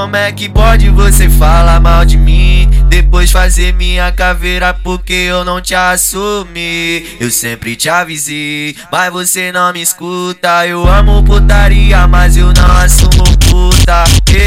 Como é que pode você falar mal de mim, depois fazer minha caveira porque eu não te assumi? Eu sempre te avisei, mas você não me escuta. Eu amo putaria, mas eu não assumo puta.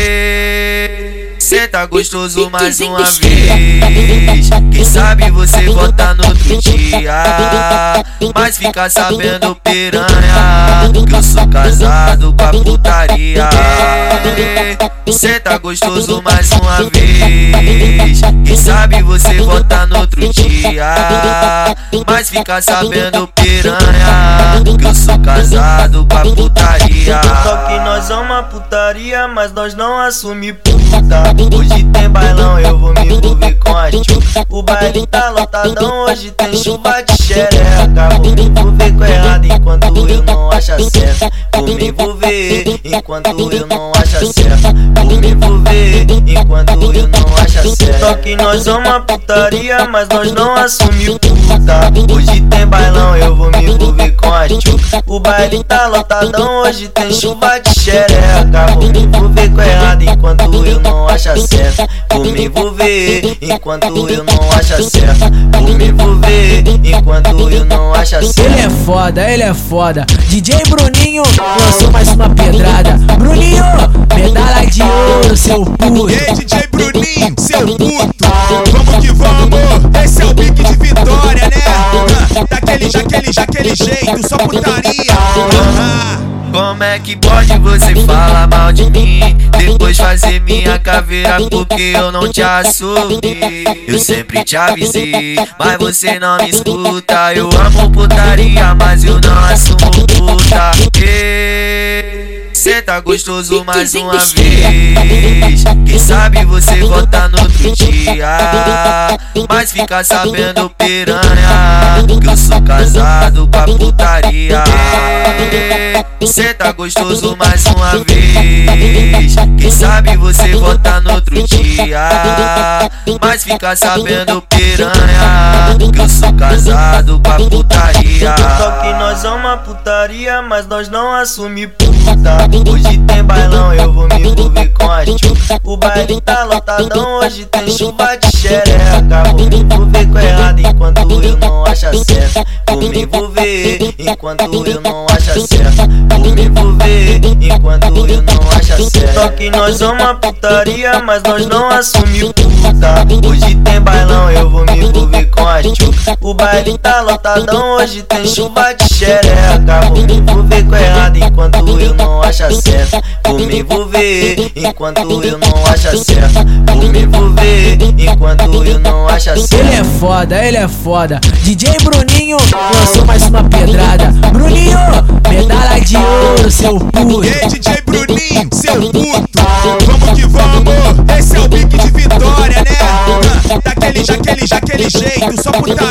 Cê tá gostoso mais uma vez, quem sabe você volta no outro dia, mas fica sabendo, piranha, que eu sou casado com a putaria. Cê tá gostoso mais uma vez, quem sabe você volta no outro dia, mas fica sabendo, piranha, que eu sou casado com a putaria. Só que nós ama putaria, mas nós não assume puta. Hoje tem bailão, eu vou me envolver com a tchuca. O baile tá lotadão, hoje tem chuva de xereca. Vou me envolver com errado enquanto eu não acho certo. Vou me envolver enquanto eu não acho certo. Vou me envolver enquanto eu não acho certo. Só que nós ama putaria, mas nós não assume puta. Hoje tem bailão, eu vou me envolver com a tchuca. O baile tá lotadão, hoje tem chuva de xereca. Vou me envolver com errado enquanto eu não acho certo. Vou me envolver enquanto eu não acho certo. Vou me envolver enquanto eu não acho certo. Ele é foda. DJ Bruninho lançou mais uma pedrada. Bruninho, medalha de ouro, seu puto. Ei, DJ Bruninho, seu puto. Vamos que vamos, esse é o pique de vitória, né? Daquele jeito, só putaria. Como é que pode você falar mal de mim, depois fazer minha caveira porque eu não te assumi? Eu sempre te avisei, mas você não me escuta. Eu amo putaria, mas eu não assumo puta. Cê tá gostoso mais uma vez, quem sabe você volta no outro dia, mas fica sabendo, piranha, que eu sou casado com a putaria. Cê tá gostoso mais uma vez, quem sabe você volta no outro dia, mas fica sabendo, piranha, que eu sou casado com a putaria. Só que nós ama putaria, mas nós não assume puta. Hoje tem bailão, eu vou me envolver com a tchuca. O baile tá lotadão, hoje tem chuva de xereca. Vou me envolver com errado enquanto eu não acho certo. Vou me envolver enquanto eu não acho certo. Vou me envolver enquanto eu não acho certo. Só que nós ama putaria, mas nós não assume puta. Hoje tem bailão, eu vou me envolver com a tchuca. O baile tá lotadão, hoje tem chuva de xereca. Vou me envolver com errado enquanto eu não acho certo. Vou me envolver enquanto eu não acho certo. Vou me envolver enquanto eu não acho certo. Ele é foda. DJ Bruninho lançou mais uma pedrada. Bruninho, medalha de ouro, seu puto. Ei, DJ Bruninho, seu puto. Vamos que vamos, esse é o pique de vitória, né? Daquele jeito, só putaria.